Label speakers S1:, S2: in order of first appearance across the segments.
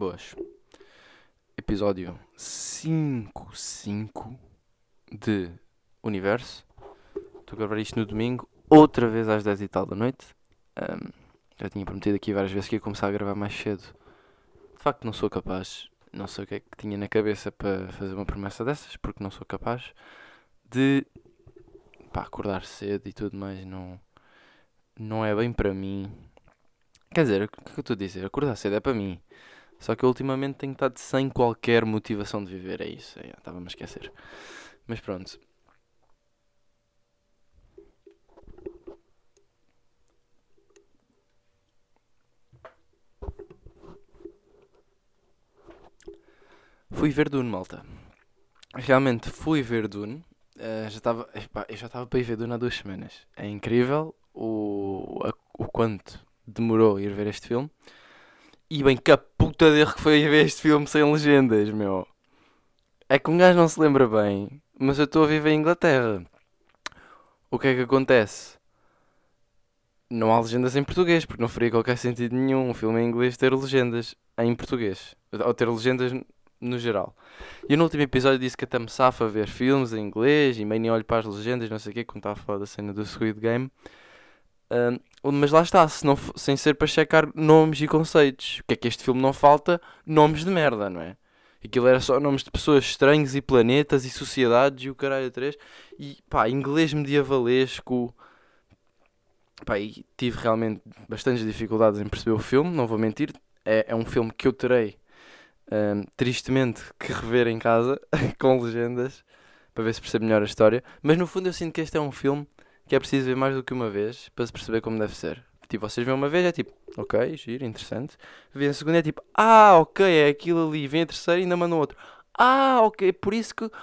S1: Boas. Episódio 55 de Universo. Estou a gravar isto no domingo, outra vez às 10 e tal da noite. Já tinha prometido aqui várias vezes que ia começar a gravar mais cedo. De facto não sou capaz, não sei o que é que tinha na cabeça para fazer uma promessa dessas, porque não sou capaz de acordar cedo e tudo mais, não é bem para mim. Quer dizer, o que é que eu estou a dizer? Acordar cedo é para mim. Só que eu ultimamente tenho estado sem qualquer motivação de viver, é isso. Estava-me a esquecer. Mas pronto. Fui ver Dune, malta. Realmente fui ver Dune. Eu já estava para ir ver Dune há 2 semanas. É incrível o quanto demorou ir ver este filme. E bem que a puta de erro que foi ir ver este filme sem legendas, meu. É que um gajo não se lembra bem, mas eu estou a viver em Inglaterra. O que é que acontece? Não há legendas em português, porque não faria qualquer sentido nenhum um filme em inglês ter legendas em português. Ou ter legendas no geral. E eu no último episódio disse que até me safa ver filmes em inglês e meio nem olho para as legendas, não sei o quê, quando estava a falar da cena do Squid Game. Mas lá está, sem ser para checar nomes e conceitos. O que é que este filme não falta? Nomes de merda, não é? Aquilo era só nomes de pessoas estranhas e planetas e sociedades e o caralho a três. E pá, inglês medievalesco. Pá, e tive realmente bastantes dificuldades em perceber o filme, não vou mentir. É um filme que eu terei, tristemente, que rever em casa, com legendas, para ver se percebo melhor a história. Mas no fundo eu sinto que este é um filme que é preciso ver mais do que uma vez, para se perceber como deve ser. Tipo, vocês veem uma vez é tipo, ok, giro, interessante. Vêem a segunda é tipo, ok, é aquilo ali. Vem a terceira e ainda mandam outro. Ok, por isso que...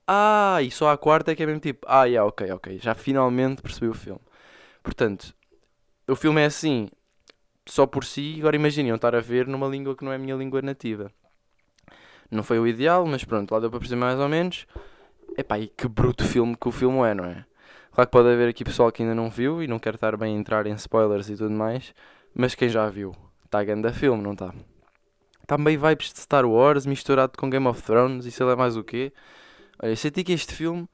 S1: e só a quarta é que é mesmo tipo, yeah, ok. Já finalmente percebi o filme. Portanto, o filme é assim, só por si. Agora imaginem eu estar a ver numa língua que não é a minha língua nativa. Não foi o ideal, mas pronto, lá deu para perceber mais ou menos. Epá, e que bruto filme que o filme é, não é? Claro que pode haver aqui pessoal que ainda não viu e não quer estar bem a entrar em spoilers e tudo mais, mas quem já viu, está a ganda filme, não está? Está meio vibes de Star Wars misturado com Game of Thrones e sei lá mais o quê. Olha, eu senti que este filme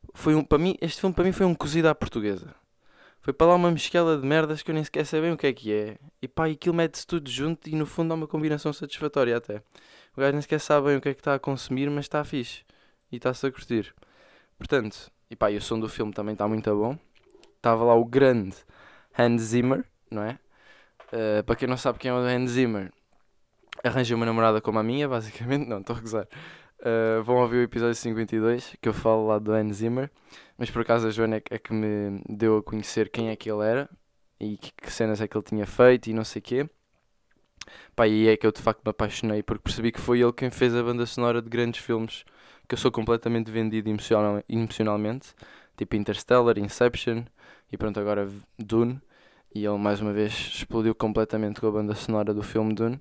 S1: este filme para mim foi um cozido à portuguesa. Foi para lá uma mescla de merdas que eu nem sequer sei bem o que é. E pá, aquilo mete-se tudo junto e no fundo dá uma combinação satisfatória até. O gajo nem sequer sabe bem o que é que está a consumir, mas está fixe. E está-se a curtir. Portanto, e pá, e o som do filme também está muito bom. Estava lá o grande Hans Zimmer, não é? Para quem não sabe quem é o Hans Zimmer, arranjei uma namorada como a minha, basicamente. Não, estou a gozar. Vão ouvir o episódio 52, que eu falo lá do Hans Zimmer. Mas por acaso a Joana é que me deu a conhecer quem é que ele era e que cenas é que ele tinha feito e não sei o quê. Pá, e é que eu de facto me apaixonei porque percebi que foi ele quem fez a banda sonora de grandes filmes que eu sou completamente vendido emocionalmente, tipo Interstellar, Inception e pronto, agora Dune. E ele mais uma vez explodiu completamente com a banda sonora do filme Dune,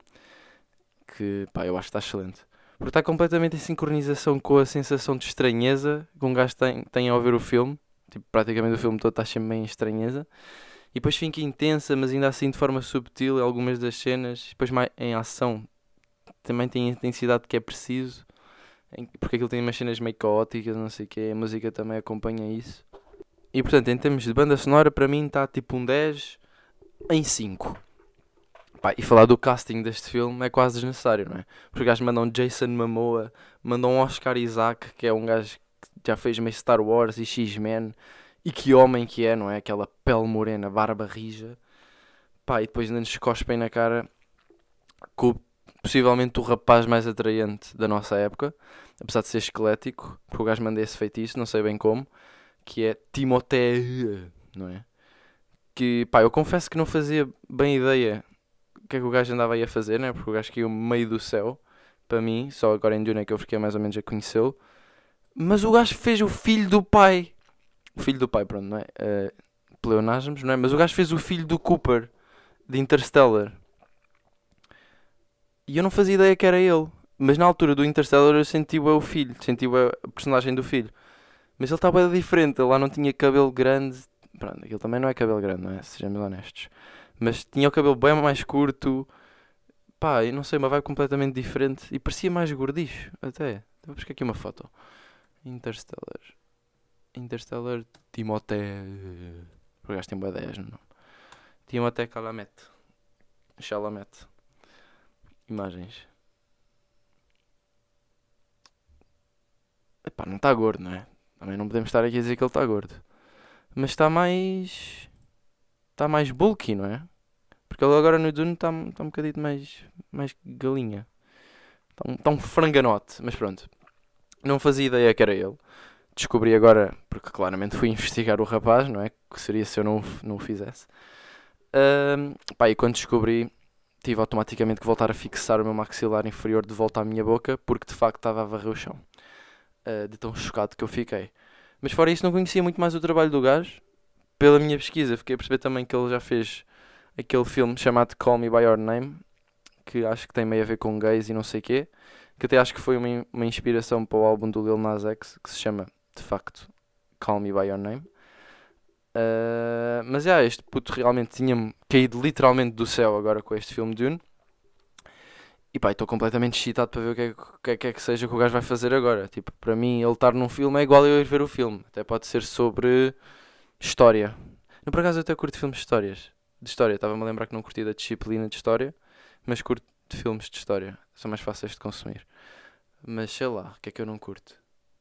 S1: que pá, eu acho que está excelente. Porque está completamente em sincronização com a sensação de estranheza que um gajo tem ao ver o filme. Tipo, praticamente o filme todo está sempre bem em estranheza. E depois fica intensa, mas ainda assim de forma subtil em algumas das cenas. E depois mais em ação também tem a intensidade que é preciso. Porque aquilo tem umas cenas meio caóticas, não sei o que. A música também acompanha isso. E portanto, em termos de banda sonora, para mim está tipo um 10 em 5. Pá, e falar do casting deste filme é quase desnecessário, não é? Porque os gajos mandam Jason Momoa, mandam Oscar Isaac, que é um gajo que já fez meio Star Wars e X-Men. E que homem que é, não é? Aquela pele morena, barba rija. Pá, e depois ainda nos cospem na cara com possivelmente o rapaz mais atraente da nossa época. Apesar de ser esquelético, porque o gajo manda esse feitiço, não sei bem como. Que é Timothée, não é? Que, pá, eu confesso que não fazia bem ideia o que é que o gajo andava aí a fazer, né? Porque o gajo caiu meio do céu, para mim, só agora em Dune é que eu fiquei mais ou menos a conhecê-lo. Mas o gajo fez o filho do pai. O filho do pai, pronto, não é? Pleonasmos, não é? Mas o gajo fez o filho do Cooper, de Interstellar. E eu não fazia ideia que era ele. Mas na altura do Interstellar eu senti o filho, senti a personagem do filho. Mas ele estava diferente, ele lá não tinha cabelo grande. Pronto, aquilo também não é cabelo grande, não é? Sejamos honestos. Mas tinha o cabelo bem mais curto. pá, eu não sei, uma vibe completamente diferente. E parecia mais gordicho, até. Vou buscar aqui uma foto. Interstellar. Interstellar Timothée. Por gasto tem bué 10, não? Timothée Chalamet. Chalamet. Imagens. Epá, não está gordo, não é? Também não podemos estar aqui a dizer que ele está gordo. Mas está mais. Está mais bulky, não é? Porque ele agora no Dune está um bocadinho mais galinha. Está um franganote. Mas pronto. Não fazia ideia que era ele. Descobri agora, porque claramente fui investigar o rapaz, não é? Que seria se eu não o fizesse. Pá, e quando descobri, tive automaticamente que voltar a fixar o meu maxilar inferior de volta à minha boca, porque de facto estava a varrer o chão. De tão chocado que eu fiquei. Mas fora isso, não conhecia muito mais o trabalho do gajo. Pela minha pesquisa, fiquei a perceber também que ele já fez aquele filme chamado Call Me By Your Name, que acho que tem meio a ver com gays e não sei o quê, que até acho que foi uma inspiração para o álbum do Lil Nas X, que se chama, de facto, Call Me By Your Name. Mas este puto realmente tinha-me caído literalmente do céu agora com este filme Dune. E pá, estou completamente excitado para ver o que é que seja que o gajo vai fazer agora. Tipo, para mim, ele estar num filme é igual a eu ir ver o filme. Até pode ser sobre história. No, por acaso eu até curto filmes de histórias. De história, estava-me a lembrar que não curti da disciplina de história, mas curto de filmes de história. São mais fáceis de consumir. Mas sei lá, o que é que eu não curto?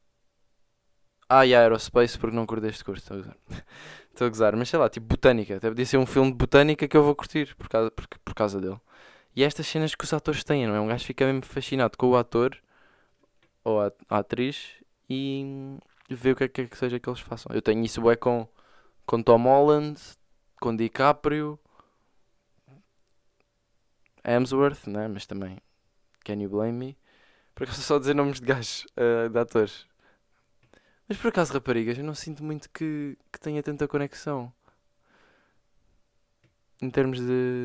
S1: E Aerospace, porque não curto deste curso. Estou a gozar. Estou a gozar, mas sei lá, tipo botânica. Até podia ser um filme de botânica que eu vou curtir por causa dele. E estas cenas que os atores têm, não é? Um gajo fica mesmo fascinado com o ator ou a atriz e vê o que é que seja que eles façam. Eu tenho isso bué com Tom Holland, com DiCaprio, Hemsworth, né? Mas também Can You Blame Me? Por acaso só dizer nomes de gajos, de atores. Mas por acaso, raparigas, eu não sinto muito que tenha tanta conexão em termos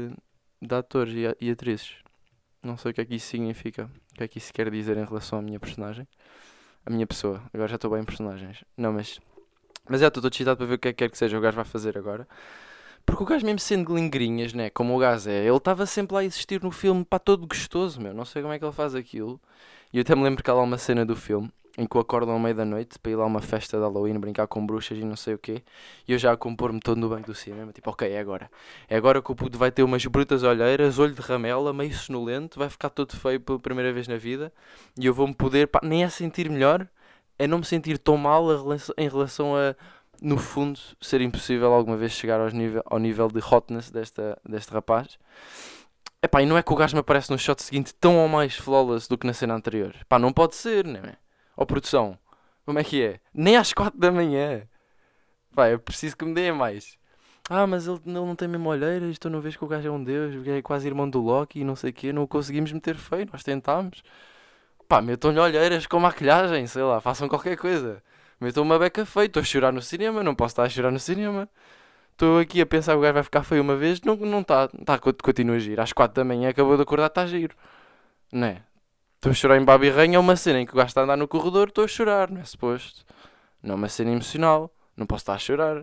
S1: de atores e atrizes. Não sei o que é que isso significa, o que é que isso quer dizer em relação à minha personagem, à minha pessoa. Agora já estou bem em personagens. Não, mas já estou todo excitado para ver o que é que quer que seja o gajo vai fazer agora. Porque o gajo, mesmo sendo lingrinhas, né? Como o gajo é, ele estava sempre lá a existir no filme, pá, todo gostoso, meu. Não sei como é que ele faz aquilo. E eu até me lembro que há lá uma cena do filme em que o acordam ao meio da noite para ir lá a uma festa de Halloween, brincar com bruxas e não sei o quê. E eu já a compor-me todo no banco do cinema, tipo, ok, é agora. É agora que o puto vai ter umas brutas olheiras, olho de ramela, meio sonolento, vai ficar todo feio pela primeira vez na vida. E eu vou-me poder, pá, nem a sentir melhor, é não me sentir tão mal em relação a, no fundo, ser impossível alguma vez chegar ao nível de hotness deste rapaz. Epá, e não é que o gajo me aparece no shot seguinte tão ou mais flawless do que na cena anterior. Pá, não pode ser, não é? Ó produção, como é que é? Nem às 4 da manhã. Pá, eu preciso que me deem mais. Mas ele não tem mesmo olheiras, tu não vês que o gajo é um deus, é quase irmão do Loki e não sei o quê, não o conseguimos meter feio, nós tentámos. Pá, metam-lhe olheiras com maquilhagem, sei lá, façam qualquer coisa. Metam uma beca feia, estou a chorar no cinema, não posso estar a chorar no cinema. Estou aqui a pensar que o gajo vai ficar feio uma vez, não está, continua a giro. Às 4 da manhã acabou de acordar, está a giro. Não é? Estou a chorar em babirranha, é uma cena em que o gajo está a andar no corredor, estou a chorar, não é suposto. Não é uma cena emocional, não posso estar a chorar.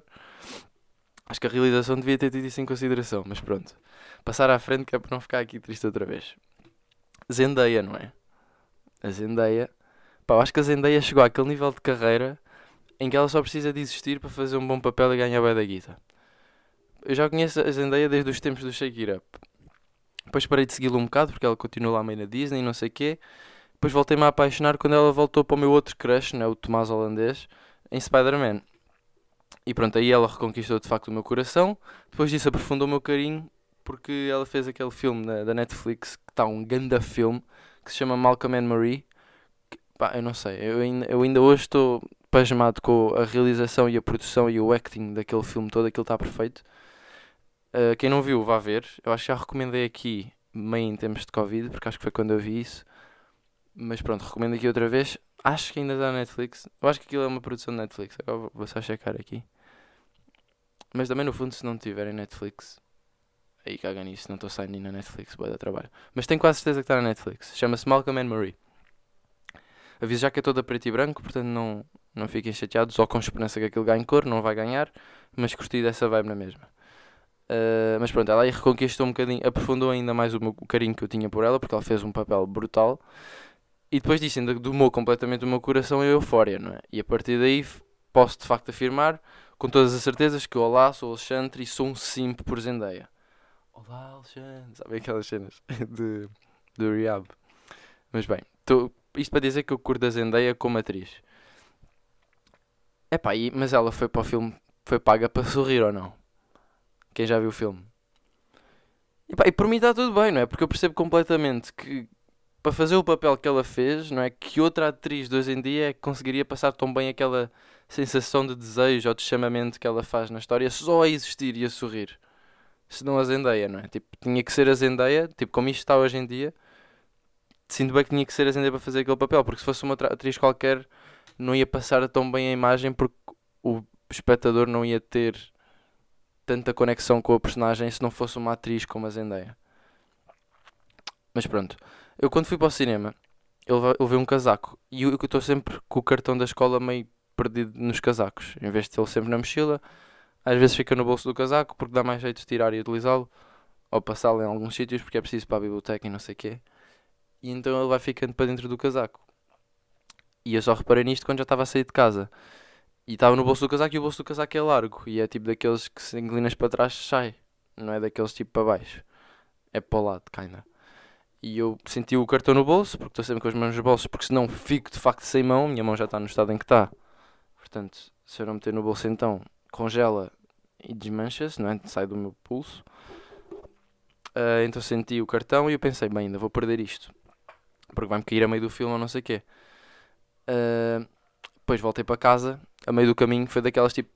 S1: Acho que a realização devia ter tido isso em consideração, mas pronto. Passar à frente que é para não ficar aqui triste outra vez. Zendaya, não é? A Zendaya. Pá, eu acho que a Zendaya chegou àquele nível de carreira em que ela só precisa de existir para fazer um bom papel e ganhar bem da guita. Eu já conheço a Zendaya desde os tempos do Shake It Up. Depois parei de segui-la um bocado porque ela continua lá meio na Disney e não sei o quê. Depois voltei-me a apaixonar quando ela voltou para o meu outro crush, né, o Tomás Holandês, em Spider-Man. E pronto, aí ela reconquistou de facto o meu coração. Depois disso aprofundou o meu carinho porque ela fez aquele filme da Netflix, que está um ganda filme, que se chama Malcolm and Marie. Pá, eu não sei, eu ainda hoje estou pasmado com a realização e a produção e o acting daquele filme todo, aquilo está perfeito. Quem não viu, vá ver. Eu acho que já recomendei aqui, meio em tempos de Covid, porque acho que foi quando eu vi isso. Mas pronto, recomendo aqui outra vez. Acho que ainda está na Netflix. Eu acho que aquilo é uma produção de Netflix. Agora vou só checar aqui. Mas também no fundo, se não tiverem Netflix, aí caga nisso, não estou saindo na Netflix, vai dar trabalho. Mas tenho quase certeza que está na Netflix. Chama-se Malcolm and Marie. Aviso já que é toda preto e branco, portanto não fiquem chateados ou com esperança que aquilo ganhe cor, não vai ganhar, mas curti dessa vibe na mesma. Mas pronto, ela aí reconquistou um bocadinho, aprofundou ainda mais o carinho que eu tinha por ela, porque ela fez um papel brutal. E depois disso ainda domou completamente o meu coração e a eufória, não é? E a partir daí posso de facto afirmar, com todas as certezas, que olá, sou Alexandre e sou um simp por Zendaya. Olá, Alexandre. Sabe aquelas cenas do Rehab? Mas bem, isto para dizer que eu curto a Zendaya como atriz. Epá, mas ela foi para o filme, foi paga para sorrir ou não? Quem já viu o filme? Epá, e por mim está tudo bem, não é? Porque eu percebo completamente que para fazer o papel que ela fez, não é? Que outra atriz de hoje em dia é que conseguiria passar tão bem aquela sensação de desejo ou de chamamento que ela faz na história só a existir e a sorrir. Senão a Zendaya, não é? Tipo, tinha que ser a Zendaya, tipo, como isto está hoje em dia, sinto bem que tinha que ser a Zendaya para fazer aquele papel, porque se fosse uma atriz qualquer, não ia passar tão bem a imagem porque o espectador não ia ter tanta conexão com a personagem se não fosse uma atriz como a Zendaya. Mas pronto, eu quando fui para o cinema, eu levei um casaco e eu estou sempre com o cartão da escola meio perdido nos casacos, em vez de tê-lo sempre na mochila, às vezes fica no bolso do casaco porque dá mais jeito de tirar e utilizá-lo ou passá-lo em alguns sítios porque é preciso para a biblioteca e não sei o quê. E então ele vai ficando para dentro do casaco. E eu só reparei nisto quando já estava a sair de casa. E estava no bolso do casaco e o bolso do casaco é largo. E é tipo daqueles que se inclinas para trás sai. Não é daqueles tipo para baixo. É para o lado, kinda. E eu senti o cartão no bolso, porque estou sempre com as mãos nos bolsos, porque senão fico de facto sem mão. Minha mão já está no estado em que está. Portanto, se eu não meter no bolso então, congela e desmancha-se, não é? Sai do meu pulso. Então senti o cartão e eu pensei, bem, ainda vou perder isto. Porque vai-me cair a meio do filme ou não sei o quê. Depois voltei para casa, a meio do caminho foi daquelas tipo.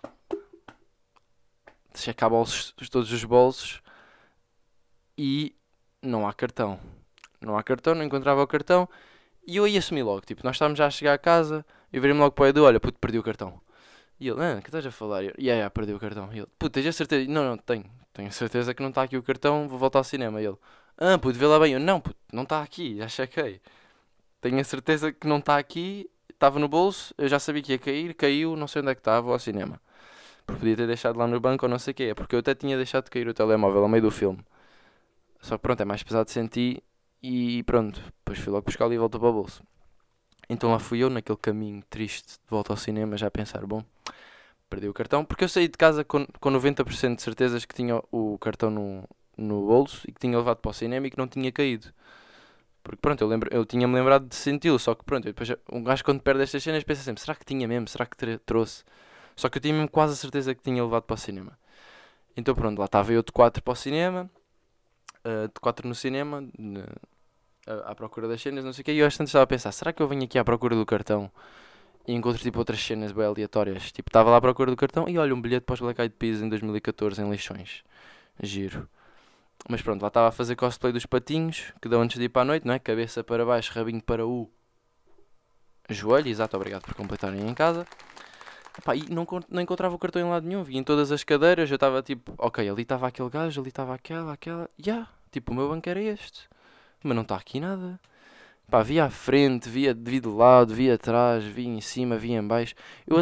S1: Checar bolsos, todos os bolsos e não há cartão. Não há cartão, não encontrava o cartão e eu ia assumir logo. Tipo, nós estávamos já a chegar a casa e eu virei-me logo para o Edu: olha, puto, perdi o cartão. E ele: que estás a falar? E eu: perdi o cartão. E ele: puto, tens a certeza? Não, não, tenho. Tenho a certeza que não está aqui o cartão, vou voltar ao cinema. E ele: puto, vê lá bem. Eu: não, puto, não está aqui, já chequei. Tenho a certeza que não está aqui, estava no bolso, eu já sabia que ia cair, caiu, não sei onde é que estava, vou ao cinema. Porque podia ter deixado lá no banco ou não sei o quê. É porque eu até tinha deixado de cair o telemóvel ao meio do filme. Só que pronto, é mais pesado de sentir e pronto. Depois fui logo buscar ali e voltou para o bolso. Então lá fui eu, naquele caminho triste de volta ao cinema, já a pensar: bom, perdi o cartão. Porque eu saí de casa com 90% de certezas que tinha o cartão no bolso e que tinha levado para o cinema e que não tinha caído. Porque pronto, eu tinha-me lembrado de senti-lo, só que pronto, depois, um gajo quando perde estas cenas pensa sempre: será que tinha mesmo? Será que trouxe? Só que eu tinha mesmo quase a certeza que tinha levado para o cinema. Então pronto, lá estava eu de 4 para o cinema, de 4 no cinema, à procura das cenas, não sei o quê, e eu às tantas estava a pensar: será que eu venho aqui à procura do cartão e encontro tipo outras cenas bem aleatórias? Tipo, estava lá à procura do cartão e olha, um bilhete para os Black Eyed Peas em 2014 em Leixões. Giro. Mas pronto, lá estava a fazer cosplay dos patinhos, que dão antes de ir para a noite, não é? Cabeça para baixo, rabinho para o joelho, exato, obrigado por completarem em casa. Epá, e não encontrava o cartão em lado nenhum, vi em todas as cadeiras, eu estava tipo: ok, ali estava aquele gajo, ali estava aquela, tipo, o meu banco era este, mas não está aqui nada. Pá, vi à frente, vi de lado, vi atrás, vi em cima, vi em baixo,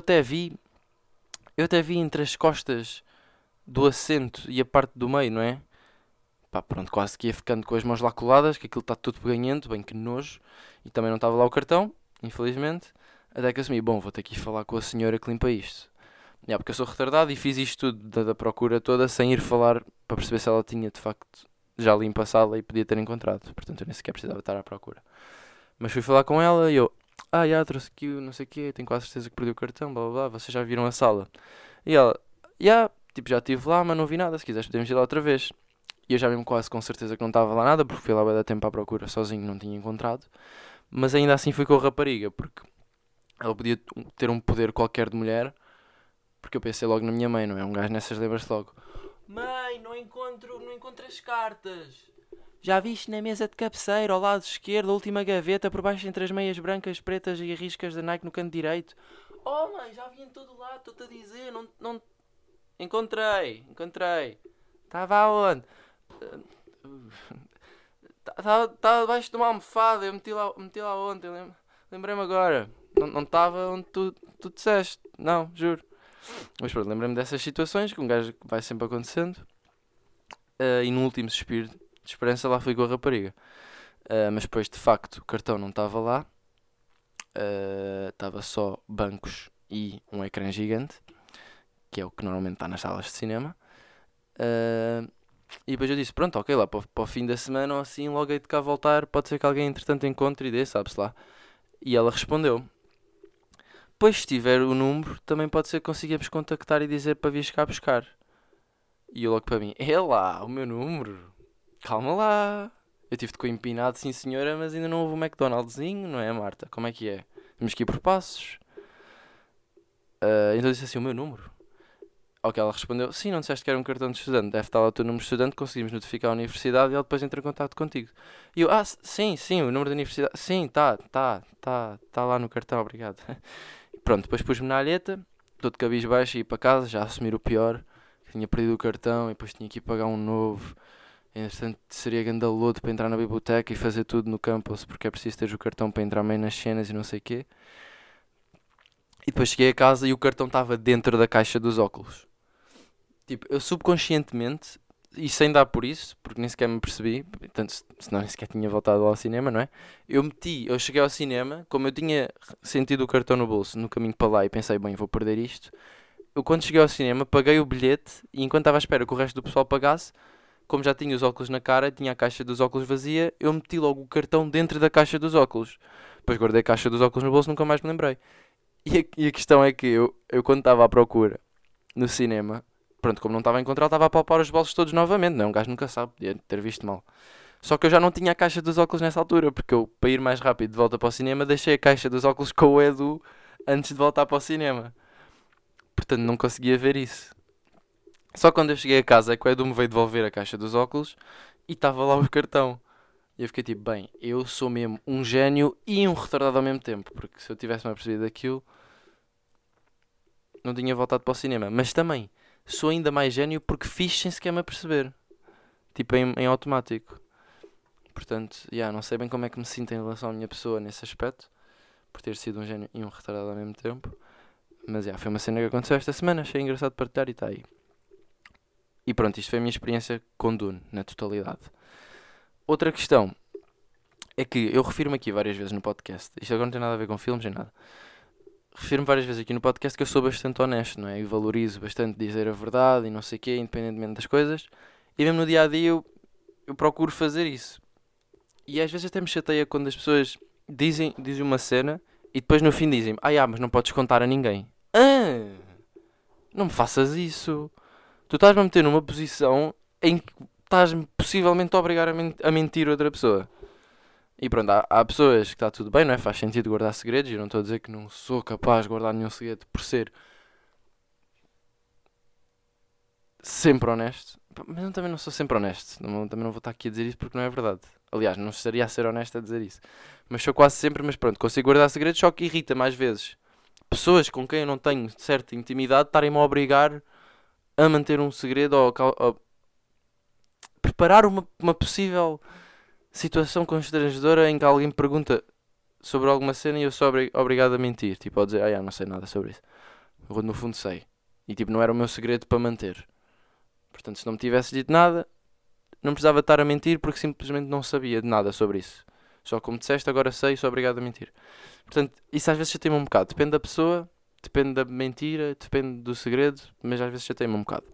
S1: eu até vi entre as costas do assento e a parte do meio, não é? Pá, pronto, quase que ia ficando com as mãos lá coladas, que aquilo está tudo peganhento, bem que nojo, e também não estava lá o cartão, infelizmente. Até que assumi: bom, vou ter que ir falar com a senhora que limpa isto. Porque eu sou retardado e fiz isto tudo da procura toda sem ir falar para perceber se ela tinha de facto já limpo a sala e podia ter encontrado. Portanto, eu nem sequer precisava estar à procura. Mas fui falar com ela e eu: já trouxe aqui o não sei o quê, tenho quase certeza que perdi o cartão, blá blá blá, vocês já viram a sala? E ela: tipo, já estive lá, mas não vi nada, se quiseres podemos ir lá outra vez. E eu já mesmo quase com certeza que não estava lá nada, porque fui lá bem da tempo à procura sozinho, não tinha encontrado. Mas ainda assim fui com a rapariga, porque ela podia ter um poder qualquer de mulher, porque eu pensei logo na minha mãe, não é? Um gajo nessas lembra-se logo: mãe, não encontro as cartas. Já viste na mesa de cabeceira, ao lado esquerdo, a última gaveta, por baixo entre as meias brancas, pretas e riscas da Nike no canto direito? Oh mãe, já vi em todo lado, estou-te a dizer, não... Encontrei. Estava aonde? Estava debaixo de uma almofada, eu meti lá ontem, lembrei-me agora. Não estava onde tu disseste, não, juro. Mas pronto, lembrei-me dessas situações que um gajo vai sempre acontecendo. e no último suspiro de esperança lá fui com a rapariga. Mas depois, de facto, o cartão não estava lá. Estava só bancos e um ecrã gigante, que é o que normalmente está nas salas de cinema. E depois eu disse, pronto, ok, lá para o fim da semana ou assim, logo hei de cá voltar, pode ser que alguém entretanto encontre e dê, sabe-se lá. E ela respondeu, pois se tiver o número, também pode ser que consigamos contactar e dizer para vir cá buscar. E eu logo para mim, é lá, o meu número, calma lá. Eu tive de com empinado, sim senhora, mas ainda não houve um McDonald'zinho, não é, Marta? Como é que é? Temos que ir por passos. Então eu disse assim, o meu número. Ao que ela respondeu, sim, não disseste que era um cartão de estudante, deve estar lá o teu número de estudante, conseguimos notificar a universidade e ela depois entra em contato contigo. E eu, sim, o número da universidade, sim, tá lá no cartão, obrigado. Pronto, depois pus-me na alheta, todo cabisbaixo e ia para casa, já a assumir o pior, que tinha perdido o cartão e depois tinha que ir pagar um novo. Entretanto, seria gandaloto para entrar na biblioteca e fazer tudo no campus, porque é preciso ter o cartão para entrar meio nas cenas e não sei o quê. E depois cheguei a casa e o cartão estava dentro da caixa dos óculos. Tipo, eu subconscientemente, e sem dar por isso, porque nem sequer me percebi, portanto, senão nem sequer tinha voltado lá ao cinema, não é? Eu cheguei ao cinema, como eu tinha sentido o cartão no bolso no caminho para lá e pensei, bem, vou perder isto. Eu quando cheguei ao cinema, paguei o bilhete e enquanto estava à espera que o resto do pessoal pagasse, como já tinha os óculos na cara, tinha a caixa dos óculos vazia, eu meti logo o cartão dentro da caixa dos óculos. Depois guardei a caixa dos óculos no bolso, nunca mais me lembrei. E a questão é que eu quando estava à procura no cinema, pronto, como não estava a encontrar, estava a palpar os bolsos todos novamente, não é? Um gajo nunca sabe, podia ter visto mal. Só que eu já não tinha a caixa dos óculos nessa altura, porque eu, para ir mais rápido de volta para o cinema, deixei a caixa dos óculos com o Edu antes de voltar para o cinema. Portanto, não conseguia ver isso. Só quando eu cheguei a casa é que o Edu me veio devolver a caixa dos óculos e estava lá o cartão. E eu fiquei tipo, bem, eu sou mesmo um gênio e um retardado ao mesmo tempo, porque se eu tivesse-me apercebido daquilo, não tinha voltado para o cinema. Mas também, sou ainda mais gênio porque fiz sem sequer me aperceber. Tipo, em automático. Portanto, não sei bem como é que me sinto em relação à minha pessoa nesse aspecto, por ter sido um gênio e um retardado ao mesmo tempo. Mas foi uma cena que aconteceu esta semana, achei engraçado partilhar e está aí. E pronto, isto foi a minha experiência com Dune, na totalidade. Outra questão é que eu refiro-me aqui várias vezes no podcast. Isto agora não tem nada a ver com filmes nem nada. Refiro-me várias vezes aqui no podcast que eu sou bastante honesto, não é? E valorizo bastante dizer a verdade e não sei o quê, independentemente das coisas. E mesmo no dia a dia eu procuro fazer isso. E às vezes até me chateia quando as pessoas dizem uma cena e depois no fim dizem, mas não podes contar a ninguém. Não me faças isso. Tu estás-me a meter numa posição em que estás-me possivelmente a obrigar a mentir outra pessoa. E pronto, há pessoas que está tudo bem, não é? Faz sentido guardar segredos. Eu não estou a dizer que não sou capaz de guardar nenhum segredo por ser sempre honesto. Mas eu também não sou sempre honesto. Também não vou estar aqui a dizer isso porque não é verdade. Aliás, não estaria a ser honesto a dizer isso. Mas sou quase sempre, mas pronto, consigo guardar segredos, só que irrita mais vezes pessoas com quem eu não tenho certa intimidade estarem-me a obrigar a manter um segredo ou a preparar uma possível situação constrangedora em que alguém me pergunta sobre alguma cena e eu sou obrigado a mentir. Tipo, a dizer, não sei nada sobre isso. Eu, no fundo sei. E tipo, não era o meu segredo para manter. Portanto, se não me tivesse dito nada, não precisava estar a mentir porque simplesmente não sabia de nada sobre isso. Só como disseste, agora sei e sou obrigado a mentir. Portanto, isso às vezes chateia-me um bocado. Depende da pessoa, depende da mentira, depende do segredo, mas às vezes chateia-me um bocado.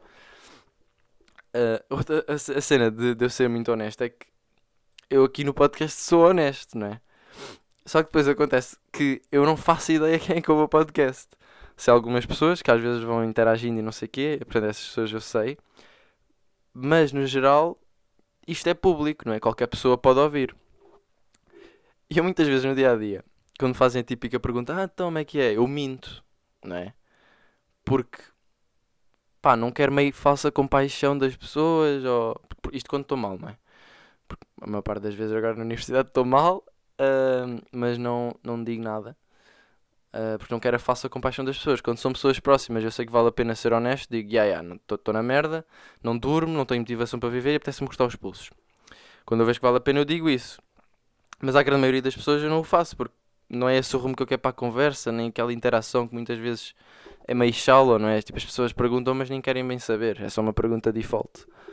S1: A cena de eu ser muito honesto é que eu aqui no podcast sou honesto, não é? Só que depois acontece que eu não faço ideia quem é que ouve o podcast. Se há algumas pessoas que às vezes vão interagindo e não sei o quê, portanto essas pessoas eu sei. Mas no geral, isto é público, não é? Qualquer pessoa pode ouvir. E eu muitas vezes no dia a dia, quando fazem a típica pergunta, então como é que é? Eu minto, não é? Porque, não quero meio falsa compaixão das pessoas, ou... Isto quando estou mal, não é? Porque a maior parte das vezes agora na universidade estou mal, mas não digo nada. Porque não quero a falsa compaixão das pessoas. Quando são pessoas próximas, eu sei que vale a pena ser honesto. Digo, estou na merda, não durmo, não tenho motivação para viver e apetece-me cortar os pulsos. Quando eu vejo que vale a pena, eu digo isso. Mas a grande maioria das pessoas eu não o faço, porque não é esse o rumo que eu quero para a conversa, nem aquela interação que muitas vezes é meio shallow, não é? Tipo, as pessoas perguntam, mas nem querem bem saber. É só uma pergunta default.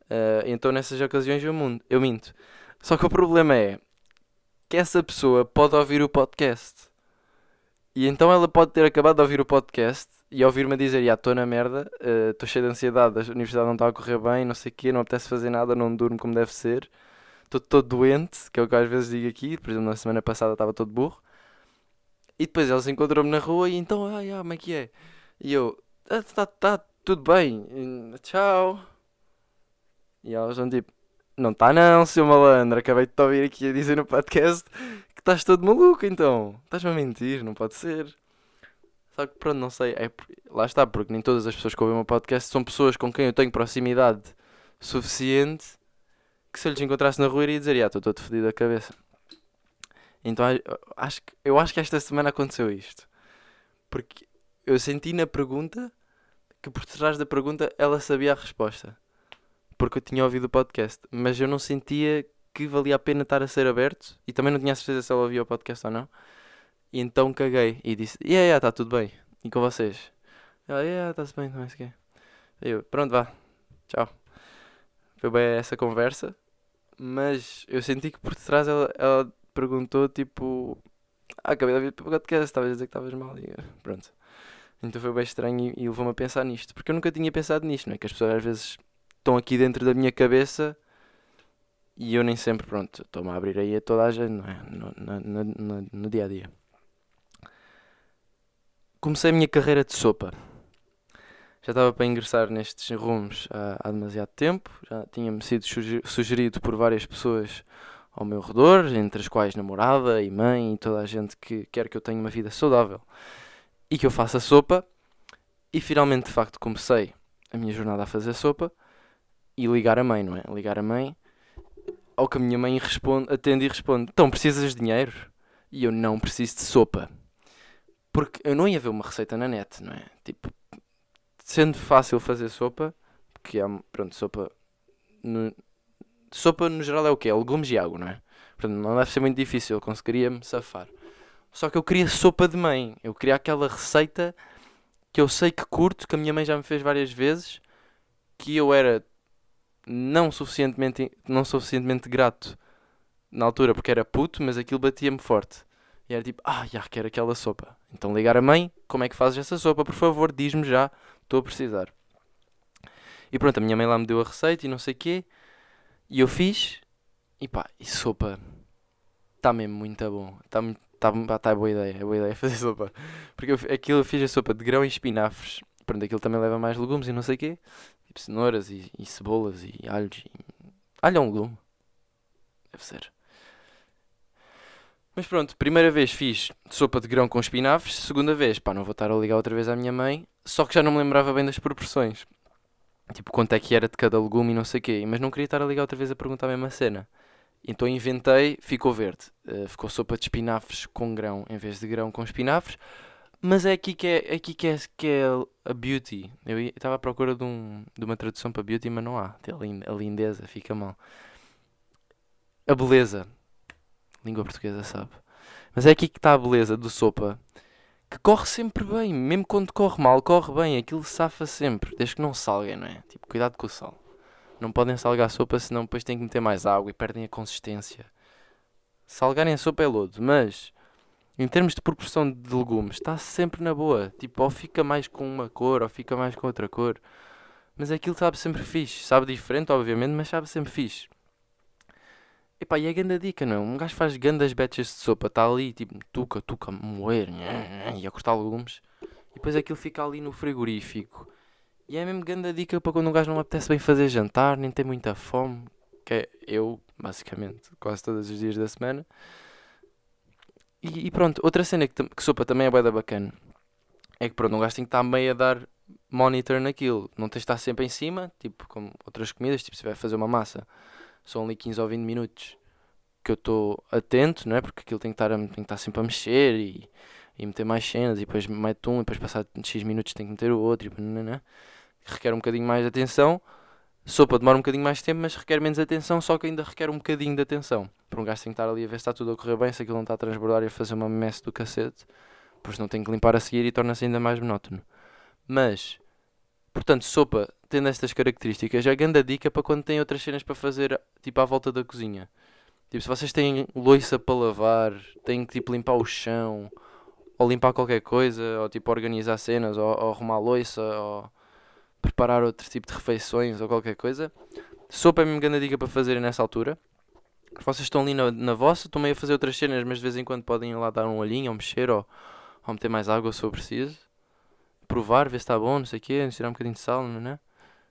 S1: Então nessas ocasiões eu minto. Só que o problema é que essa pessoa pode ouvir o podcast. E então ela pode ter acabado de ouvir o podcast e ouvir-me a dizer: já estou na merda, estou cheio de ansiedade, a universidade não está a correr bem, não sei o quê, não apetece fazer nada, não durmo como deve ser, estou todo doente, que é o que eu às vezes digo aqui, por exemplo, na semana passada estava todo burro. E depois eles encontrou-me na rua e então, como é que é? E eu: tá tudo bem, tchau. E elas vão tipo: não está não, seu malandro, acabei de te ouvir aqui a dizer no podcast que estás todo maluco então. Estás-me a mentir, não pode ser. Só que pronto, não sei, lá está, porque nem todas as pessoas que ouvem o meu podcast são pessoas com quem eu tenho proximidade suficiente que se eu lhes encontrasse na rua iria dizer: estou todo fodido da cabeça. Então eu acho que esta semana aconteceu isto. Porque eu senti na pergunta que por trás da pergunta ela sabia a resposta. Porque eu tinha ouvido o podcast, mas eu não sentia que valia a pena estar a ser aberto e também não tinha a certeza se ela ouvia o podcast ou não. E então caguei e disse: está tudo bem. E com vocês? Ela: está-se bem, não é isso que é. Eu: pronto, vá, tchau. Foi bem essa conversa, mas eu senti que por trás ela perguntou tipo: acabei de ouvir o podcast, estavas a dizer que estavas mal. E pronto. Então foi bem estranho e levou-me a pensar nisto, porque eu nunca tinha pensado nisto, não é? Que as pessoas às vezes estão aqui dentro da minha cabeça e eu nem sempre, pronto, estou-me a abrir aí a toda a gente, não é? No dia a dia. Comecei a minha carreira de sopa. Já estava para ingressar nestes rumos há demasiado tempo. Já tinha-me sido sugerido por várias pessoas ao meu redor, entre as quais namorada e mãe e toda a gente que quer que eu tenha uma vida saudável e que eu faça sopa. E finalmente, de facto, comecei a minha jornada a fazer sopa e ligar a mãe, não é? Ligar a mãe, ao que a minha mãe atende e responde: então, precisas de dinheiro? E eu: não preciso de sopa. Porque eu não ia ver uma receita na net, não é? Tipo, sendo fácil fazer sopa, que pronto, sopa no geral é o quê? É legumes e água, não é? Portanto, não deve ser muito difícil, eu conseguiria-me safar. Só que eu queria sopa de mãe, eu queria aquela receita que eu sei que curto, que a minha mãe já me fez várias vezes, que eu era não suficientemente grato na altura porque era puto, mas aquilo batia-me forte. E era tipo: já quero aquela sopa. Então ligar a mãe: como é que fazes essa sopa? Por favor, diz-me já, estou a precisar. E pronto, a minha mãe lá me deu a receita e não sei o quê. E eu fiz. E pá, e sopa está mesmo muito bom. Tá boa ideia, é boa ideia fazer sopa. Porque eu fiz a sopa de grão e espinafres. Pronto, aquilo também leva mais legumes e não sei o quê. Tipo cenouras e cebolas e alhos. Alho é um legume. Deve ser. Mas pronto, primeira vez fiz sopa de grão com espinafres. Segunda vez, pá, não vou estar a ligar outra vez à minha mãe. Só que já não me lembrava bem das proporções. Tipo, quanto é que era de cada legume e não sei o quê. Mas não queria estar a ligar outra vez a perguntar a mesma cena. Então inventei, ficou verde. Ficou sopa de espinafres com grão em vez de grão com espinafres. Mas é aqui que é a beauty. Eu estava à procura de uma tradução para beauty, mas não há. A lindeza, fica mal. A beleza. Língua portuguesa sabe. Mas é aqui que está a beleza do sopa. Que corre sempre bem. Mesmo quando corre mal, corre bem. Aquilo safa sempre. Desde que não salguem, não é? Tipo, cuidado com o sal. Não podem salgar a sopa, senão depois têm que meter mais água e perdem a consistência. Salgarem a sopa é lodo, mas em termos de proporção de legumes, está sempre na boa. Tipo, ou fica mais com uma cor, ou fica mais com outra cor. Mas aquilo sabe sempre fixe. Sabe diferente, obviamente, mas sabe sempre fixe. Epá, e é grande dica, não é? Um gajo faz grandes batches de sopa, está ali, tipo, tuca, a moer, e a cortar legumes. E depois aquilo fica ali no frigorífico. E é mesmo grande dica para quando um gajo não apetece bem fazer jantar, nem tem muita fome. Que é eu, basicamente, quase todos os dias da semana. E pronto, outra cena que sopa também é bué da bacana. É que pronto, um gajo tem que estar meio a dar monitor naquilo. Não tens de estar sempre em cima, tipo como outras comidas, tipo se vai fazer uma massa. São ali 15 ou 20 minutos que eu estou atento, não é? Porque aquilo tem que estar sempre a mexer e meter mais cenas. E depois meto um, e depois passar X minutos tem que meter o outro. E nananã. Requer um bocadinho mais de atenção. Sopa demora um bocadinho mais de tempo, mas requer menos atenção, só que ainda requer um bocadinho de atenção. Para um gajo tem que estar ali a ver se está tudo a correr bem, se aquilo não está a transbordar e a fazer uma mess do cacete. Por isso não tem que limpar a seguir e torna-se ainda mais monótono. Mas, portanto, sopa tendo estas características, é grande dica para quando têm outras cenas para fazer, tipo, à volta da cozinha. Tipo, se vocês têm louça para lavar, têm que, tipo, limpar o chão, ou limpar qualquer coisa, ou, tipo, organizar cenas, ou arrumar louça, ou preparar outro tipo de refeições, ou qualquer coisa. Sopa é mesmo grande dica para fazerem nessa altura. Vocês estão ali na vossa, estão meio a fazer outras cenas, mas de vez em quando podem ir lá dar um olhinho, ou mexer, ou meter mais água se for preciso. Provar, ver se está bom, não sei o quê, tirar um bocadinho de sal, não é?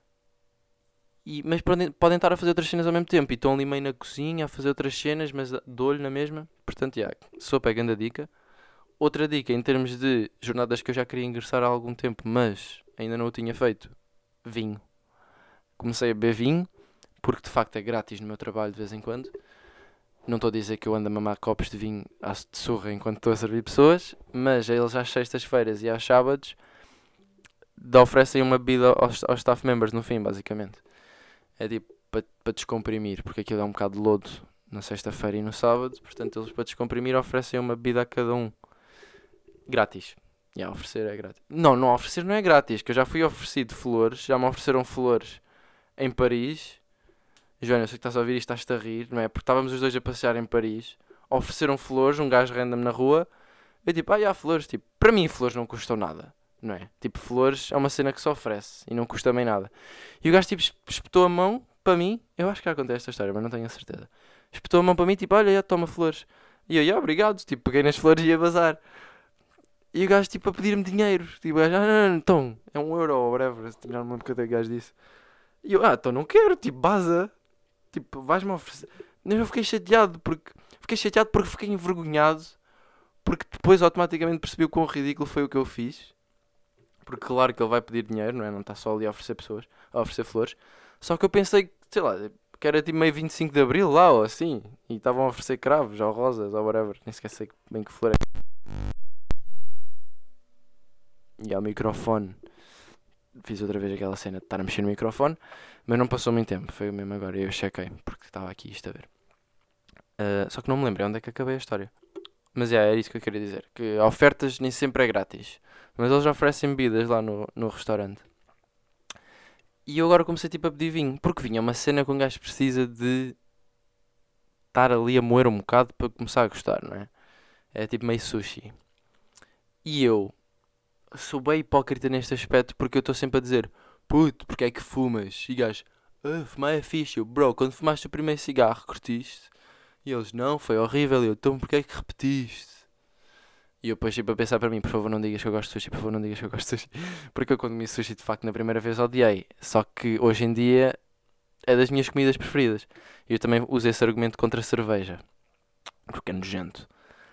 S1: Mas podem estar a fazer outras cenas ao mesmo tempo. E estão ali meio na cozinha a fazer outras cenas, mas de olho na mesma. Portanto, sopa é grande dica. Outra dica, em termos de jornadas que eu já queria ingressar há algum tempo, mas ainda não o tinha feito. Vinho. Comecei a beber vinho, porque de facto é grátis no meu trabalho de vez em quando. Não estou a dizer que eu ando a mamar copos de vinho de surra enquanto estou a servir pessoas, mas eles às sextas-feiras e aos sábados oferecem uma bebida aos staff members no fim, basicamente. É tipo para descomprimir, porque aquilo é um bocado de lodo na sexta-feira e no sábado, portanto eles para descomprimir oferecem uma bebida a cada um. Grátis. Oferecer é grátis. Não oferecer não é grátis, que eu já fui oferecido flores, já me ofereceram flores em Paris. Joana, eu sei que estás a ouvir isto, estás-te a rir, não é? Porque estávamos os dois a passear em Paris, ofereceram flores, um gajo random na rua, eu tipo, há flores, tipo, para mim flores não custam nada, não é? Tipo, flores é uma cena que se oferece e não custa bem nada. E o gajo tipo espetou a mão para mim, eu acho que já contei esta história, mas não tenho a certeza. Espetou a mão para mim, tipo, olha, toma flores. E eu, obrigado, tipo, peguei nas flores e ia bazar. E o gajo tipo a pedir-me dinheiro, tipo, o gajo, não, então, é 1 euro ou whatever, já não me lembro quanto é que o gajo disse. E eu, então não quero, tipo, baza. Tipo, vais-me oferecer. Eu fiquei chateado porque fiquei envergonhado. Porque depois automaticamente percebi o quão ridículo foi o que eu fiz. Porque claro que ele vai pedir dinheiro, não é? Não está só ali a oferecer pessoas, a oferecer flores. Só que eu pensei, sei lá, que era tipo meio 25 de Abril lá ou assim. E estavam a oferecer cravos ou rosas ou whatever. Nem sequer sei bem que flor é. E ao microfone. Fiz outra vez aquela cena de estar a mexer no microfone. Mas não passou muito tempo. Foi mesmo agora. Eu chequei. Porque estava aqui isto a ver. Só que não me lembro onde é que acabei a história. Mas era isso que eu queria dizer. Que ofertas nem sempre é grátis. Mas eles oferecem bebidas lá no restaurante. E eu agora comecei tipo a pedir vinho. Porque vinho é uma cena que um gajo precisa de estar ali a moer um bocado para começar a gostar, não é? É tipo meio sushi. E eu sou bem hipócrita neste aspecto porque eu estou sempre a dizer: puto, porque é que fumas? E gajo, fumar é fixe. Eu, bro, quando fumaste o primeiro cigarro, curtiste? E eles, não, foi horrível. E eu, então porque é que repetiste? E eu depois tipo a pensar para mim, por favor não digas que eu gosto de sushi, por favor não digas que eu gosto de sushi. Porque eu quando comi sushi de facto na primeira vez odiei. Só que hoje em dia é das minhas comidas preferidas. E eu também uso esse argumento contra a cerveja. Porque é nojento.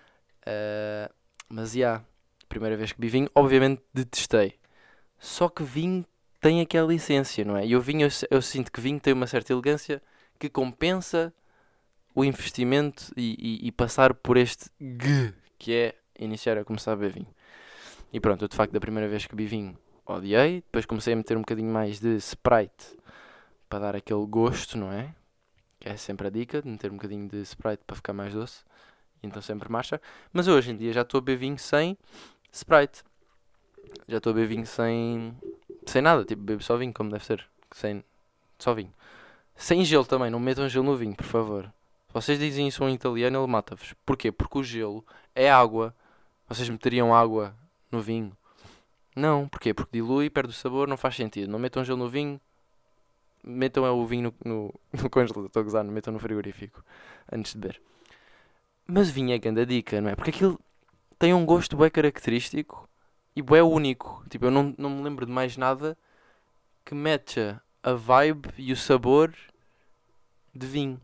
S1: Mas primeira vez que bebi vinho, obviamente detestei. Só que vinho tem aquela essência, não é? E eu sinto que vinho tem uma certa elegância que compensa o investimento e passar por este que é iniciar a começar a beber vinho. E pronto, eu de facto da primeira vez que bebi vinho odiei, depois comecei a meter um bocadinho mais de Sprite para dar aquele gosto, não é? Que é sempre a dica, de meter um bocadinho de Sprite para ficar mais doce. Então sempre marcha. Mas hoje em dia já estou a beber vinho sem Sprite. Já estou a beber vinho sem nada, tipo bebo só vinho como deve ser. Só vinho. Sem gelo também, não metam gelo no vinho, por favor. Se vocês dizem isso a um italiano, ele mata-vos. Porquê? Porque o gelo é água. Vocês meteriam água no vinho? Não, porquê? Porque dilui, perde o sabor, não faz sentido. Não metam gelo no vinho, metam o vinho no congelador, estou a gozar, não metam no frigorífico antes de beber. Mas vinho é grande a dica, não é? Porque aquilo tem um gosto bem característico e bem único. Tipo, eu não me lembro de mais nada que matcha a vibe e o sabor de vinho.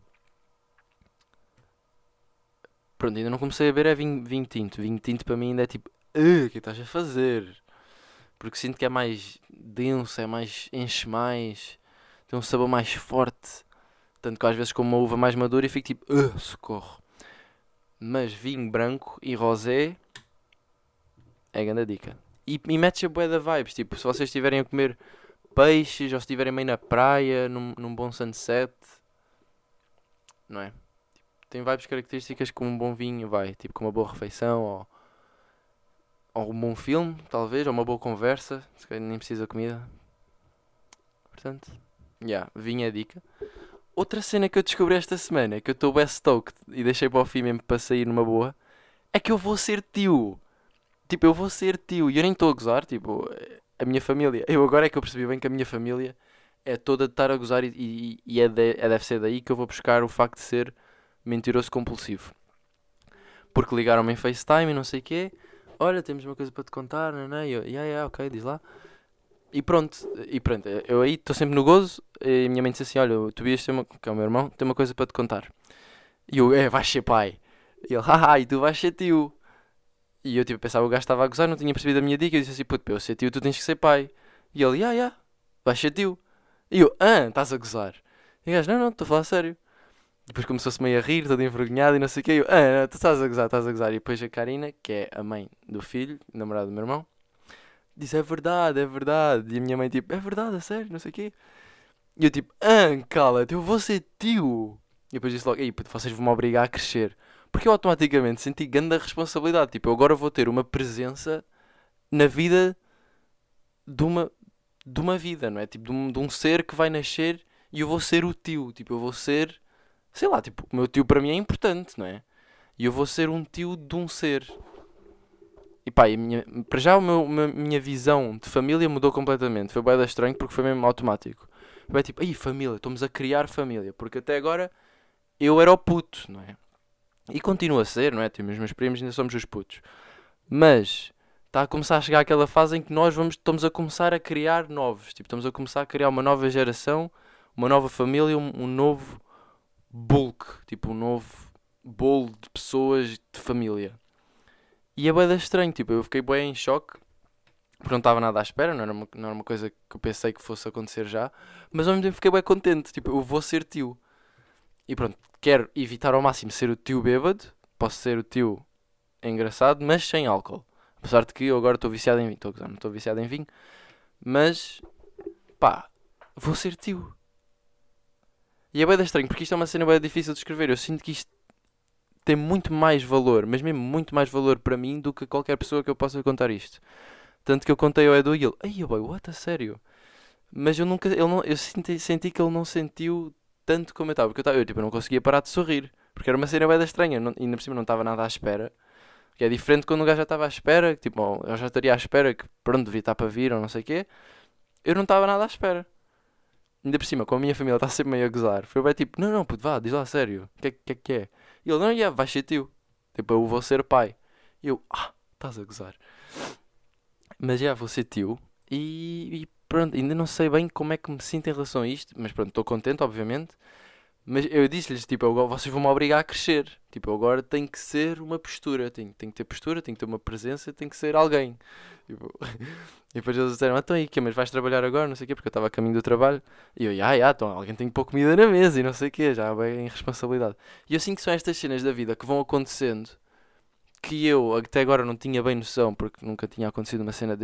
S1: Pronto, ainda não comecei a beber é vinho tinto. Vinho tinto para mim ainda é tipo, o que estás a fazer? Porque sinto que é mais denso, enche mais, tem um sabor mais forte. Tanto que às vezes como uma uva mais madura e fico tipo, socorro. Mas vinho branco e rosé é a grande dica. E mete a bué da vibes, tipo, se vocês estiverem a comer peixes ou se estiverem meio na praia, num bom sunset, não é? Tem vibes características que um bom vinho vai, tipo com uma boa refeição ou um bom filme, talvez, ou uma boa conversa, se calhar nem precisa de comida. Portanto, vinha a dica. Outra cena que eu descobri esta semana, que eu estou best stoked e deixei para o fim mesmo para sair numa boa, é que eu vou ser tio. Tipo, eu vou ser tio. E eu nem estou a gozar, tipo, a minha família. Eu agora é que eu percebi bem que a minha família é toda de estar a gozar e deve ser daí que eu vou buscar o facto de ser mentiroso compulsivo. Porque ligaram-me em FaceTime e não sei o quê. Olha, temos uma coisa para te contar, não é? E eu, ok, diz lá. E pronto, eu aí estou sempre no gozo e a minha mãe disse assim, olha, o Tobias que é o meu irmão, tem uma coisa para te contar. E eu, vais ser pai. E ele, haha, e tu vais ser tio. E eu tipo, pensava que o gajo estava a gozar, não tinha percebido a minha dica. Eu disse assim, puto, para eu ser tio tu tens que ser pai. E ele, vais ser tio. E eu, estás a gozar. E o gajo, não, estou a falar sério. Depois começou-se meio a rir, todo envergonhado e não sei o que. Eu, não, tu estás a gozar, estás a gozar. E depois a Karina, que é a mãe do filho, namorado do meu irmão, disse, é verdade, é verdade. E a minha mãe tipo, é verdade, a sério, não sei o quê. E eu tipo, cala-te, eu vou ser tio. E depois disse logo, ei, puto, vocês vão me obrigar a crescer. Porque eu automaticamente senti grande responsabilidade. Tipo, eu agora vou ter uma presença na vida de uma vida, não é? Tipo, de um ser que vai nascer e eu vou ser o tio. Tipo, eu vou ser, sei lá, tipo, o meu tio para mim é importante, não é? E eu vou ser um tio de um ser. E pá, para já minha visão de família mudou completamente. Foi bem estranho porque foi mesmo automático. Foi tipo, aí família, estamos a criar família. Porque até agora eu era o puto, não é? E continua a ser, não é? Tipo, os meus primos ainda somos os putos. Mas está a começar a chegar aquela fase em que nós estamos a começar a criar novos. Tipo, estamos a começar a criar uma nova geração, uma nova família, um novo bulk. Tipo, um novo bolo de pessoas de família. E é bué estranho, tipo, eu fiquei bué em choque. Porque não estava nada à espera, não era uma coisa que eu pensei que fosse acontecer já. Mas ao mesmo tempo fiquei bué contente. Tipo, eu vou ser tio. E pronto, quero evitar ao máximo ser o tio bêbado. Posso ser o tio engraçado, mas sem álcool. Apesar de que eu agora estou viciado em vinho. Não estou viciado em vinho. Mas, pá, vou ser tio. E é bem estranho, porque isto é uma cena bem difícil de escrever. Eu sinto que isto tem muito mais valor, mas mesmo muito mais valor para mim do que qualquer pessoa que eu possa contar isto. Tanto que eu contei ao Edu e ele, ai boy, what, a sério? Mas eu nunca, ele não, eu senti que ele não sentiu tanto como eu estava. Porque eu não conseguia parar de sorrir. Porque era uma cena bem estranha, ainda por cima não estava nada à espera. Que é diferente quando o gajo já estava à espera, que, tipo, eu já estaria à espera que pronto, devia estar para vir ou não sei o quê. Eu não estava nada à espera. Ainda por cima, com a minha família está sempre meio a gozar. Foi bem tipo, não, puto, vá, diz lá a sério. O que é? E ele, não, vai ser tio. Tipo, eu vou ser pai. E eu, estás a gozar. Mas vou ser tio. E pronto, ainda não sei bem como é que me sinto em relação a isto. Mas pronto, estou contente, obviamente. Mas eu disse-lhes, tipo, vocês vão-me obrigar a crescer. Tipo, eu agora tenho que ser uma postura. Tenho que ter postura, tenho que ter uma presença, tenho que ser alguém. Tipo, e depois eles disseram, então aí, mas vais trabalhar agora? Não sei o quê, porque eu estava a caminho do trabalho. E eu, então alguém tem que pôr comida na mesa e não sei o quê, já bem em responsabilidade. E eu sinto que são estas cenas da vida que vão acontecendo que eu até agora não tinha bem noção, porque nunca tinha acontecido uma cena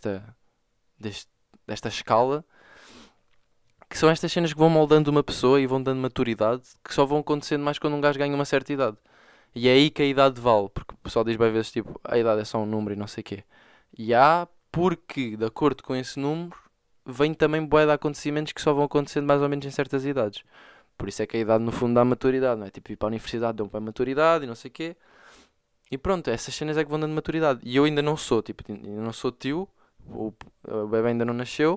S1: desta escala. Que são estas cenas que vão moldando uma pessoa e vão dando maturidade, que só vão acontecendo mais quando um gajo ganha uma certa idade. E é aí que a idade vale, porque o pessoal diz bem vezes tipo, a idade é só um número e não sei o quê. E porque, de acordo com esse número, vem também bué de acontecimentos que só vão acontecendo mais ou menos em certas idades. Por isso é que a idade no fundo dá maturidade, não é? Tipo, ir para a universidade dão para a maturidade e não sei o quê. E pronto, essas cenas é que vão dando maturidade. E eu ainda não sou, tipo, ainda não sou tio, o bebê ainda não nasceu,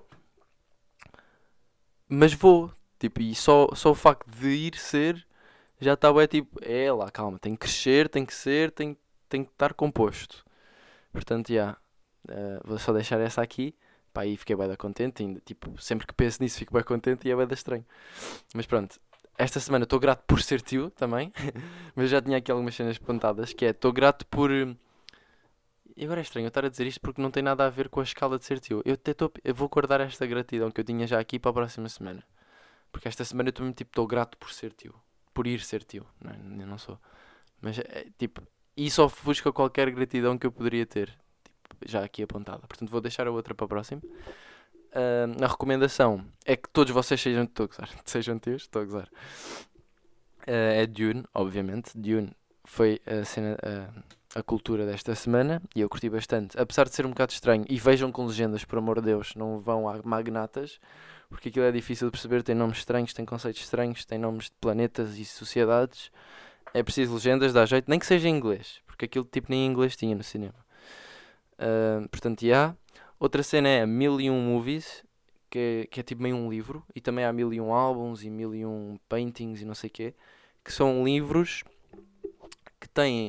S1: mas vou, tipo, e só o facto de ir ser já está bem tipo, lá, calma, tem que crescer, tem que ser, tem que estar composto. Portanto, vou só deixar essa aqui. Pá, aí fiquei bem contente, ainda, tipo, sempre que penso nisso fico bem contente e é bem estranho. Mas pronto, esta semana estou grato por ser tio também, mas já tinha aqui algumas cenas apontadas, que é, estou grato por... E agora é estranho eu estar a dizer isto porque não tem nada a ver com a escala de ser tio. Eu vou guardar esta gratidão que eu tinha já aqui para a próxima semana. Porque esta semana eu estou mesmo tipo, estou grato por ser tio. Por ir ser tio. Não, eu não sou. Mas tipo, isso ofusca qualquer gratidão que eu poderia ter. Tipo, já aqui apontada. Portanto vou deixar a outra para a próxima. A recomendação é que todos vocês sejam, estou a gozar, sejam tios, estou a gozar. É Dune, obviamente. Dune foi a cena, a cultura desta semana e eu curti bastante. Apesar de ser um bocado estranho, e vejam com legendas, por amor de Deus, não vão a magnatas, porque aquilo é difícil de perceber, tem nomes estranhos, tem conceitos estranhos, tem nomes de planetas e sociedades. É preciso legendas, dá jeito, nem que seja em inglês, porque aquilo tipo nem em inglês tinha no cinema. Portanto, outra cena é a 1001 Movies, que é tipo meio um livro, e também há 1001 álbuns e 1001 paintings e não sei o quê, que são livros que têm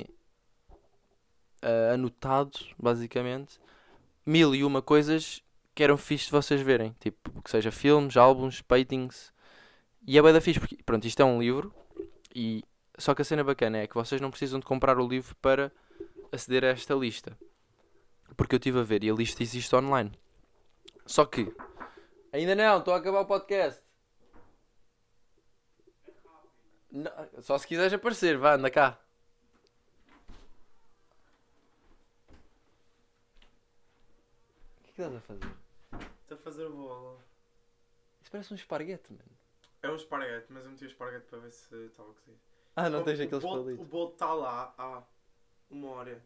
S1: anotado, basicamente, 1001 coisas que eram fixe de vocês verem, tipo, que seja filmes, álbuns, paintings, e é bué da fixe, porque, pronto, isto é um livro, e só que a cena bacana é que vocês não precisam de comprar o livro para aceder a esta lista, porque eu estive a ver e a lista existe online. Só que, ainda não, estou a acabar o podcast. Não, só se quiseres aparecer, vá, anda cá. O que é que estás a fazer?
S2: Estou a fazer bola.
S1: Isso parece um esparguete, mano.
S2: É um esparguete, mas eu meti o esparguete para ver se estava cozido.
S1: Ah, não tens
S2: O
S1: aqueles
S2: bolo-
S1: palitos.
S2: O bolo está lá há uma hora.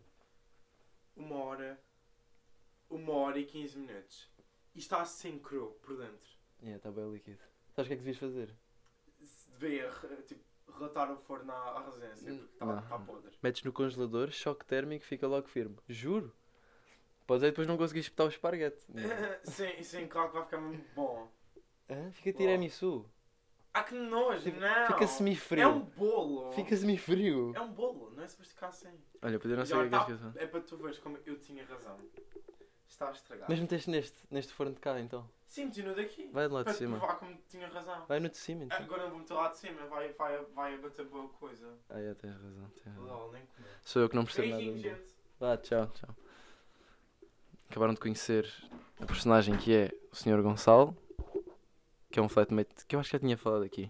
S2: Uma hora e 15 minutos. E está sem cru por dentro.
S1: Está bem líquido. Sabes o que é que devias fazer?
S2: Se devia, tipo, relatar o forno à residência, porque
S1: Não.
S2: está podre.
S1: Metes no congelador, choque térmico, fica logo firme. Juro. Podes aí depois não conseguir espetar o esparguete.
S2: Sim, claro que vai ficar muito bom.
S1: Fica tiramisu.
S2: Ah, que nojo, não!
S1: Fica semifrio.
S2: É um bolo!
S1: Fica semifrio.
S2: É um bolo, não é suposto ficar assim.
S1: Olha, podia não
S2: E
S1: sei o
S2: olha,
S1: que é que és que
S2: é para tu veres como eu tinha razão. Está a estragar.
S1: Mas meteste neste forno de cá então.
S2: Sim, meti no daqui.
S1: Vai de lá de
S2: Para
S1: cima.
S2: provar como tinha razão.
S1: Vai no de cima então.
S2: Agora não vou meter lá de cima, vai a bater boa coisa.
S1: Tens razão.
S2: Lol, nem comer.
S1: Sou eu que não percebo nada.
S2: Beijinho,
S1: de bolo.
S2: gente.
S1: Vá, tchau. Acabaram de conhecer a personagem que é o Sr. Gonçalo, que é um flatmate que eu acho que já tinha falado aqui,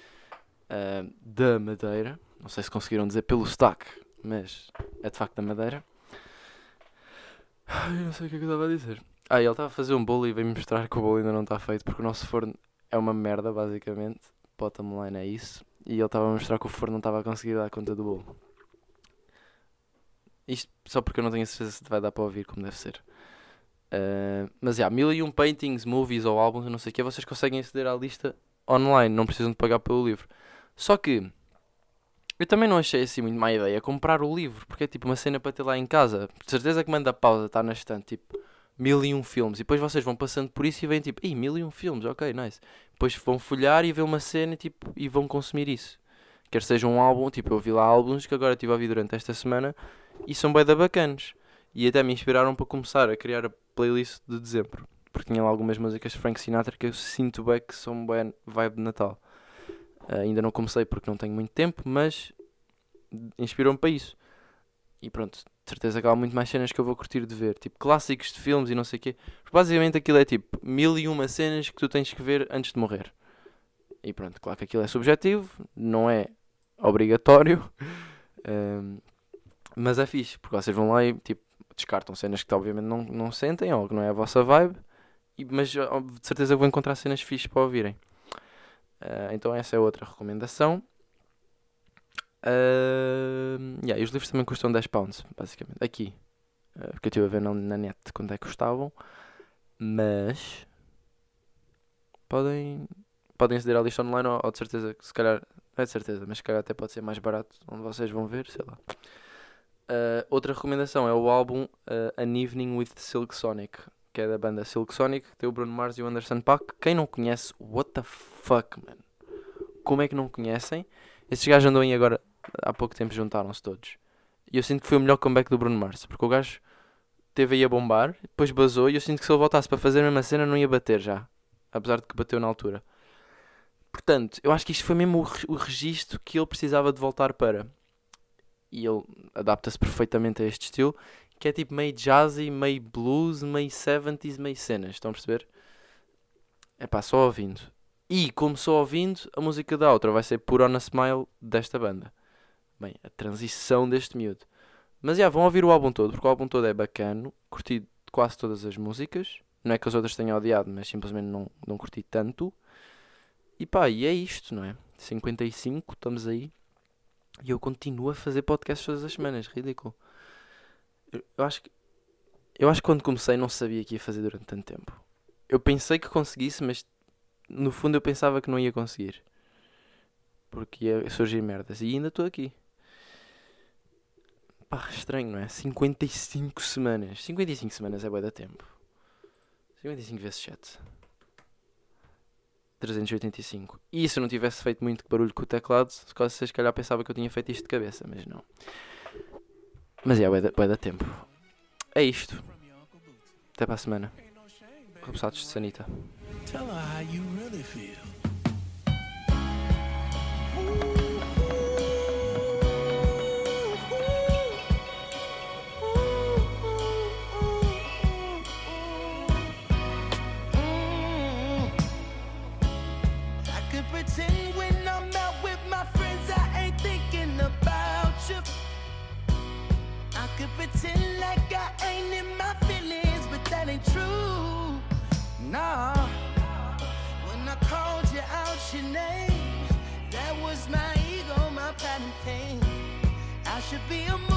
S1: da Madeira. Não sei se conseguiram dizer pelo sotaque, mas é de facto da Madeira. Ai, não sei o que é que eu estava a dizer. Ele estava a fazer um bolo e veio-me mostrar que o bolo ainda não está feito, porque o nosso forno é uma merda, basicamente. Bottom line é isso. E ele estava a mostrar que o forno não estava a conseguir dar conta do bolo. Isto só porque eu não tenho a certeza se vai dar para ouvir como deve ser. Mas 1001 paintings, movies ou álbuns, eu não sei o que, vocês conseguem aceder à lista online, não precisam de pagar pelo livro. Só que eu também não achei assim muito má ideia comprar o livro, porque é tipo uma cena para ter lá em casa. De certeza que manda pausa, está na estante, tipo 1001 filmes, e depois vocês vão passando por isso e vêm tipo, 1001 filmes, ok, nice. Depois vão folhar e ver uma cena tipo, e vão consumir isso. Quer seja um álbum, tipo eu vi lá álbuns que agora estive a ouvir durante esta semana e são bué da bacanas. E até me inspiraram para começar a criar a playlist de dezembro. Porque tinha lá algumas músicas de Frank Sinatra que eu sinto bem que são bem vibe de Natal. Ainda não comecei porque não tenho muito tempo, mas inspiram-me para isso. E pronto, de certeza que há muito mais cenas que eu vou curtir de ver. Tipo clássicos de filmes e não sei o quê. Basicamente aquilo é tipo 1001 cenas que tu tens que ver antes de morrer. E pronto, claro que aquilo é subjetivo, não é obrigatório. Mas é fixe, porque vocês vão lá e tipo, descartam cenas que obviamente não sentem ou que não é a vossa vibe, mas de certeza que vão encontrar cenas fixes para ouvirem. Então essa é outra recomendação. E os livros também custam 10 pounds, basicamente. Aqui. Porque eu estive a ver na net quanto é que custavam. Mas podem aceder à lista online ou de certeza que se calhar, não é de certeza, mas se calhar até pode ser mais barato onde vocês vão ver, sei lá. Outra recomendação é o álbum An Evening with Silk Sonic, que é da banda Silk Sonic, que tem o Bruno Mars e o Anderson .Paak. Quem não conhece, what the fuck, man? Como é que não conhecem? Esses gajos andam aí agora, há pouco tempo juntaram-se todos. E eu sinto que foi o melhor comeback do Bruno Mars, porque o gajo teve aí a bombar, depois basou, e eu sinto que se ele voltasse para fazer a mesma cena não ia bater já. Apesar de que bateu na altura. Portanto, eu acho que isto foi mesmo o registro que ele precisava de voltar para. E ele adapta-se perfeitamente a este estilo, que é tipo meio jazzy, meio blues, meio 70s, meio cenas, estão a perceber? É pá, só ouvindo. E como só ouvindo, a música da outra vai ser Put On A Smile desta banda. Bem, a transição deste miúdo. Mas vão ouvir o álbum todo, porque o álbum todo é bacana, curti quase todas as músicas. Não é que as outras tenha odiado, mas simplesmente não curti tanto. E pá, e é isto, não é? 55, estamos aí. E eu continuo a fazer podcasts todas as semanas, ridículo. Eu acho que quando comecei não sabia que ia fazer durante tanto tempo. Eu pensei que conseguisse, mas no fundo eu pensava que não ia conseguir. Porque ia surgir merdas. E ainda estou aqui. Pá, estranho, não é? 55 semanas. 55 semanas é bué da tempo. 55 vezes 7. 385. E se eu não tivesse feito muito barulho com o teclado, se calhar pensava que eu tinha feito isto de cabeça, mas não. Mas é, bué da tempo. É isto. Até para a semana. Repousados de Sanita.
S3: Tell her how you really feel. I could pretend when I'm out with my friends I ain't thinking about you. I could pretend like I ain't in my feelings, but that ain't true. Nah. When I called you out your name, that was my ego, my pride and pain. I should be a